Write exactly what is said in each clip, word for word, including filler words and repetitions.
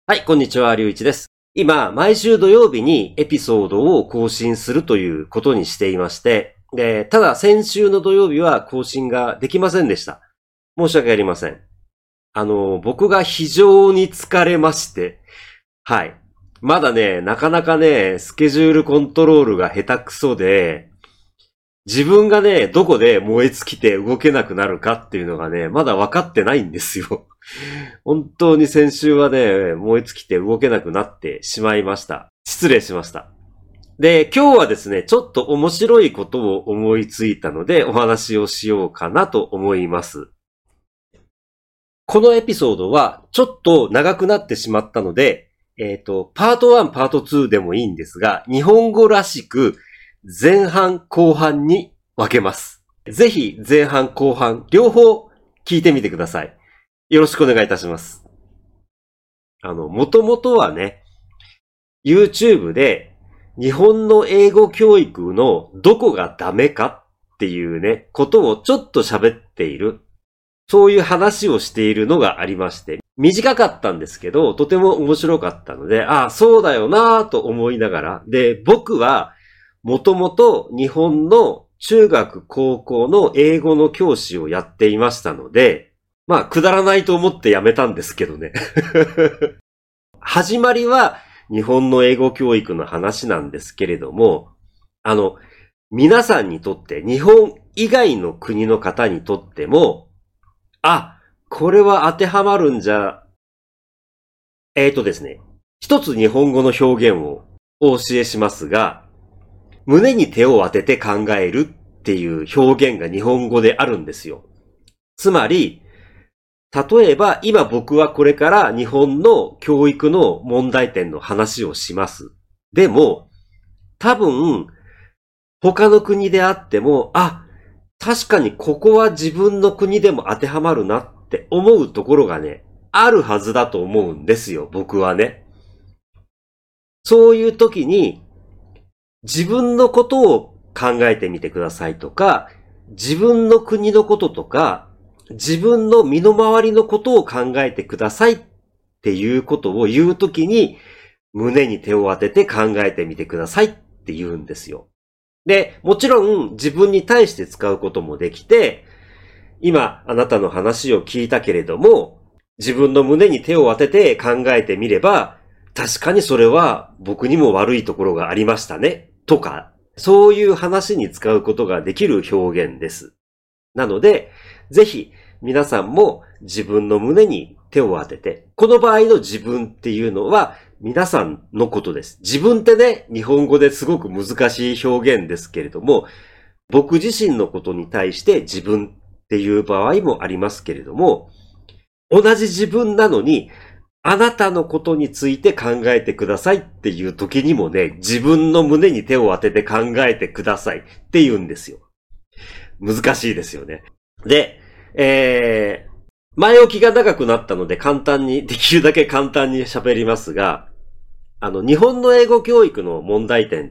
はい、こんにちは、りゅういちです。今、毎週土曜日にエピソードを更新するということにしていまして、で、ただ先週の土曜日は更新ができませんでした。申し訳ありません。あの、僕が非常に疲れまして、はい。まだね、なかなかね、スケジュールコントロールが下手くそで、自分がね、どこで燃え尽きて動けなくなるかっていうのがね、まだ分かってないんですよ。本当に先週はね、燃え尽きて動けなくなってしまいました。失礼しました。で、今日はですね、ちょっと面白いことを思いついたのでお話をしようかなと思います。このエピソードはちょっと長くなってしまったので、えっと、パートワン、パートツーでもいいんですが、日本語らしく前半後半に分けます。ぜひ前半後半両方聞いてみてください。よろしくお願いいたします。あの、もともとはね、YouTube で日本の英語教育のどこがダメかっていうね、ことをちょっと喋っている。そういう話をしているのがありまして、短かったんですけど、とても面白かったので、ああ、そうだよなぁと思いながら、で、僕はもともと日本の中学高校の英語の教師をやっていましたので、まあ、くだらないと思ってやめたんですけどね。始まりは日本の英語教育の話なんですけれども、あの、皆さんにとって、日本以外の国の方にとっても、あ、これは当てはまるんじゃ、えーとですね、一つ日本語の表現をお教えしますが、胸に手を当てて考えるっていう表現が日本語であるんですよ。つまり、例えば今僕はこれから日本の教育の問題点の話をします。でも、多分、他の国であっても、あ、確かにここは自分の国でも当てはまるなって思うところがね、あるはずだと思うんですよ、僕はね。そういう時に、自分のことを考えてみてくださいとか、自分の国のこととか、自分の身の回りのことを考えてくださいっていうことを言うときに、胸に手を当てて考えてみてくださいって言うんですよ。で、もちろん自分に対して使うこともできて、今あなたの話を聞いたけれども、自分の胸に手を当てて考えてみれば、確かにそれは僕にも悪いところがありましたね、とか、そういう話に使うことができる表現です。なので、ぜひ皆さんも自分の胸に手を当てて、この場合の自分っていうのは皆さんのことです。自分ってね、日本語ですごく難しい表現ですけれども、僕自身のことに対して自分っていう場合もありますけれども、同じ自分なのに、あなたのことについて考えてくださいっていう時にもね、自分の胸に手を当てて考えてくださいって言うんですよ。難しいですよね。で、えー、前置きが長くなったので簡単に、できるだけ簡単に喋りますが、あの、日本の英語教育の問題点って、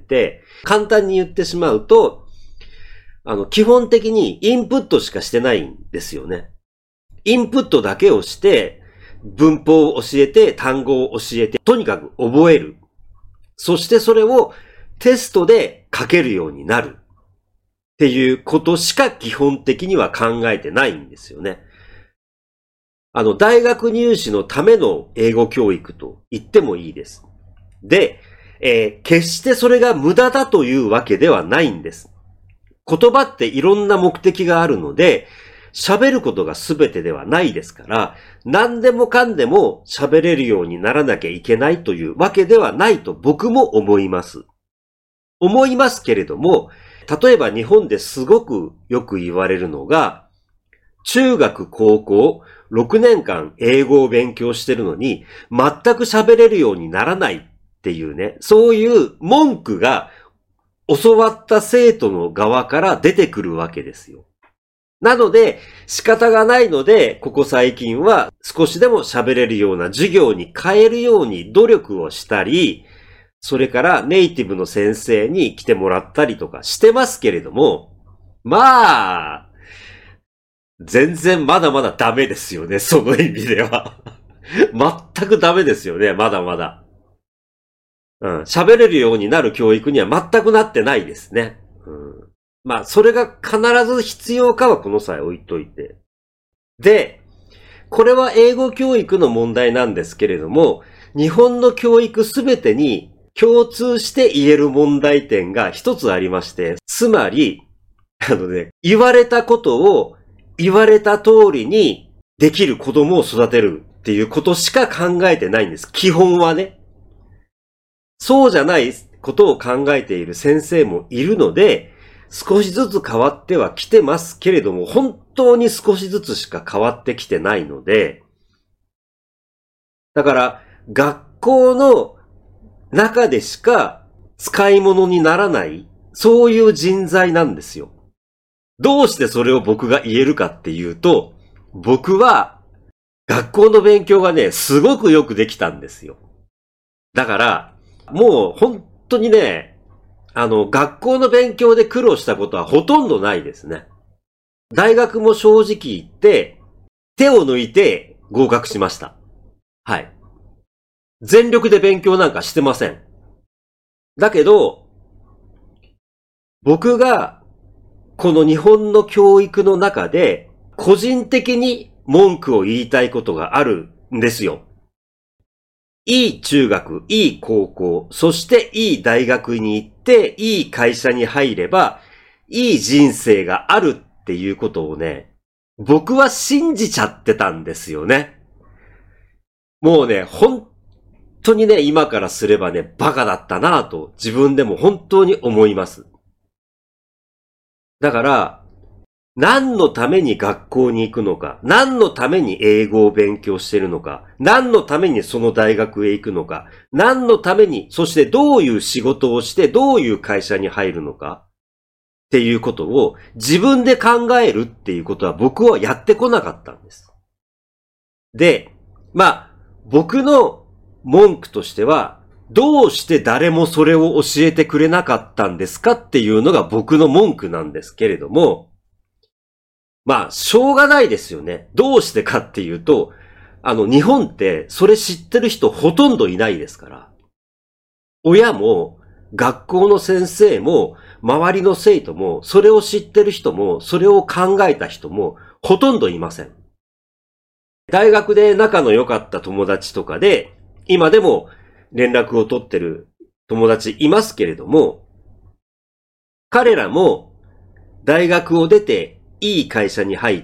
簡単に言ってしまうと、あの、基本的にインプットしかしてないんですよね。インプットだけをして、文法を教えて、単語を教えて、とにかく覚える。そしてそれをテストで書けるようになる。っていうことしか基本的には考えてないんですよね。あの、大学入試のための英語教育と言ってもいいです。で、えー、決してそれが無駄だというわけではないんです。言葉っていろんな目的があるので、喋ることが全てではないですから、何でもかんでも喋れるようにならなきゃいけないというわけではないと僕も思います。思いますけれども、例えば日本ですごくよく言われるのが、中学高校ろくねんかん英語を勉強してるのに全く喋れるようにならないっていうね、そういう文句が教わった生徒の側から出てくるわけですよ。なので仕方がないので、ここ最近は少しでも喋れるような授業に変えるように努力をしたり、それからネイティブの先生に来てもらったりとかしてますけれども、まあ、全然まだまだダメですよね、その意味では。 全くダメですよね、まだまだ。うん。喋れるようになる教育には全くなってないですね。うん。まあ、それが必ず必要かはこの際置いといて。で、これは英語教育の問題なんですけれども、日本の教育すべてに共通して言える問題点が一つありまして、つまり、あのね、言われたことを言われた通りにできる子供を育てるっていうことしか考えてないんです。基本はね。そうじゃないことを考えている先生もいるので、少しずつ変わってはきてますけれども、本当に少しずつしか変わってきてないので、だから学校の中でしか使い物にならない、そういう人材なんですよ。どうしてそれを僕が言えるかっていうと、僕は学校の勉強がね、すごくよくできたんですよ。だから、もう本当にね、あの、学校の勉強で苦労したことはほとんどないですね。大学も正直言って、手を抜いて合格しました。はい。全力で勉強なんかしてません。だけど、僕がこの日本の教育の中で個人的に文句を言いたいことがあるんですよ。いい中学、いい高校、そしていい大学に行って、いい会社に入れば、いい人生があるっていうことをね、僕は信じちゃってたんですよね。もうね、本当にね、今からすればね、バカだったなぁと自分でも本当に思います。だから、何のために学校に行くのか、何のために英語を勉強しているのか、何のためにその大学へ行くのか、何のために、そしてどういう仕事をしてどういう会社に入るのかっていうことを自分で考えるっていうことは僕はやってこなかったんです。で、まあ、僕の文句としては、どうして誰もそれを教えてくれなかったんですかっていうのが僕の文句なんですけれども、まあ、しょうがないですよね。どうしてかっていうと、あの、日本ってそれ知ってる人ほとんどいないですから。親も、学校の先生も、周りの生徒も、それを知ってる人も、それを考えた人も、ほとんどいません。大学で仲の良かった友達とかで、今でも連絡を取ってる友達いますけれども、彼らも大学を出ていい会社に入って、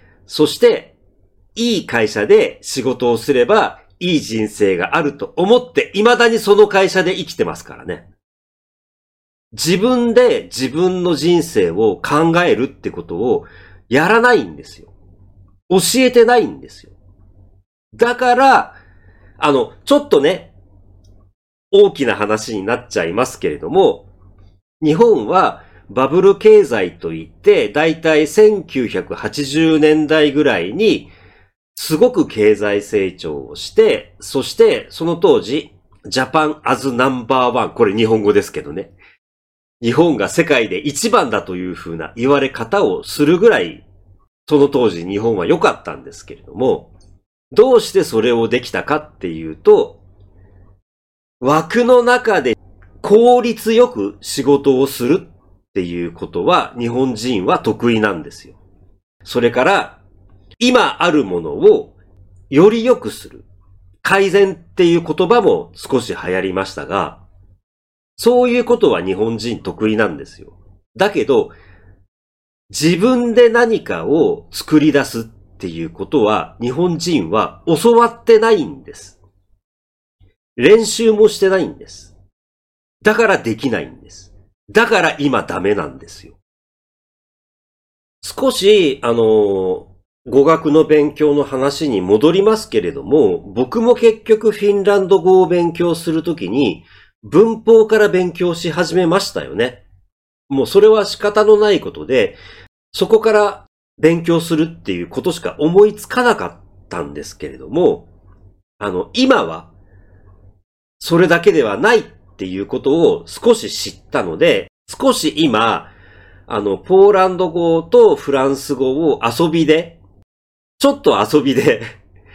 そしていい会社で仕事をすればいい人生があると思って未だにその会社で生きてますからね。自分で自分の人生を考えるってことをやらないんですよ。教えてないんですよ。だから、あの、ちょっとね、大きな話になっちゃいますけれども、日本はバブル経済といって、だいたいせんきゅうひゃくはちじゅうねんだいぐらいに、すごく経済成長をして、そしてその当時、ジャパンアズナンバーワン、これ日本語ですけどね。日本が世界で一番だという風な言われ方をするぐらい、その当時日本は良かったんですけれども、どうしてそれをできたかっていうと、枠の中で効率よく仕事をするっていうことは日本人は得意なんですよ。それから今あるものをより良くする。改善っていう言葉も少し流行りましたが、そういうことは日本人得意なんですよ。だけど、自分で何かを作り出すっていうことは日本人は教わってないんです。練習もしてないんです。だからできないんです。だから今ダメなんですよ。少し、あの、語学の勉強の話に戻りますけれども、僕も結局フィンランド語を勉強するときに文法から勉強し始めましたよね。もうそれは仕方のないことで、そこから勉強するっていうことしか思いつかなかったんですけれども、あの、今はそれだけではないっていうことを少し知ったので、少し今、あの、ポーランド語とフランス語を遊びで、ちょっと遊びで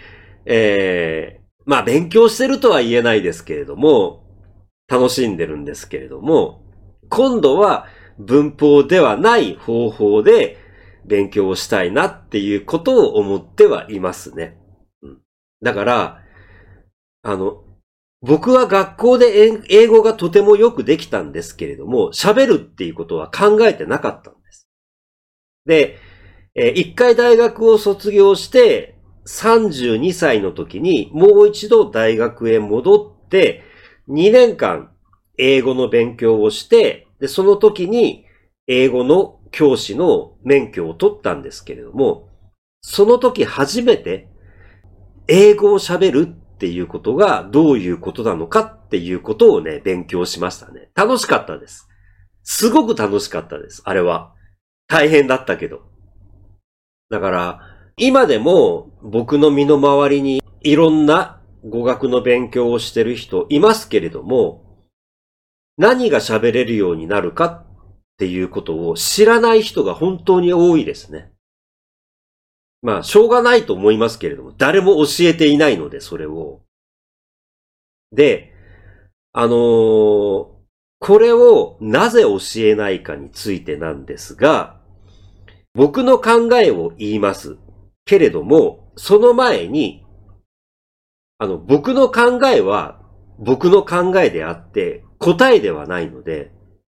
えー、まあ勉強してるとは言えないですけれども、楽しんでるんですけれども、今度は文法ではない方法で勉強をしたいなっていうことを思ってはいますね。うん、だから、あの、僕は学校で英語がとてもよくできたんですけれども、喋るっていうことは考えてなかったんです。で、えー、一回大学を卒業して、さんじゅうにさいの時にもう一度大学へ戻って、にねんかん英語の勉強をして、で、その時に英語の教師の免許を取ったんですけれども、その時初めて英語を喋るっていうことがどういうことなのかっていうことをね、勉強しましたね。楽しかったです。すごく楽しかったです。あれは。大変だったけど。だから、今でも僕の身の回りにいろんな語学の勉強をしてる人いますけれども、何が喋れるようになるかっていうことを知らない人が本当に多いですね。まあ、しょうがないと思いますけれども、誰も教えていないので、それを。で、あのー、これをなぜ教えないかについてなんですが、僕の考えを言います。けれども、その前に、あの、僕の考えは僕の考えであって答えではないので、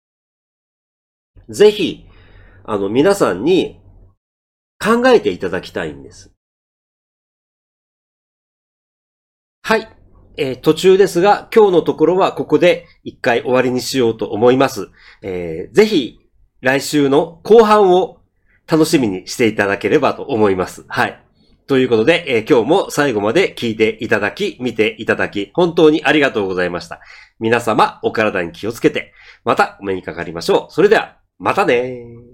ぜひ、あの、皆さんに考えていただきたいんです。はい。えー、途中ですが、今日のところはここで一回終わりにしようと思います。えー、ぜひ、来週の後半を楽しみにしていただければと思います。はい。ということで、えー、今日も最後まで聞いていただき、見ていただき、本当にありがとうございました。皆様、お体に気をつけて、またお目にかかりましょう。それでは、またねー。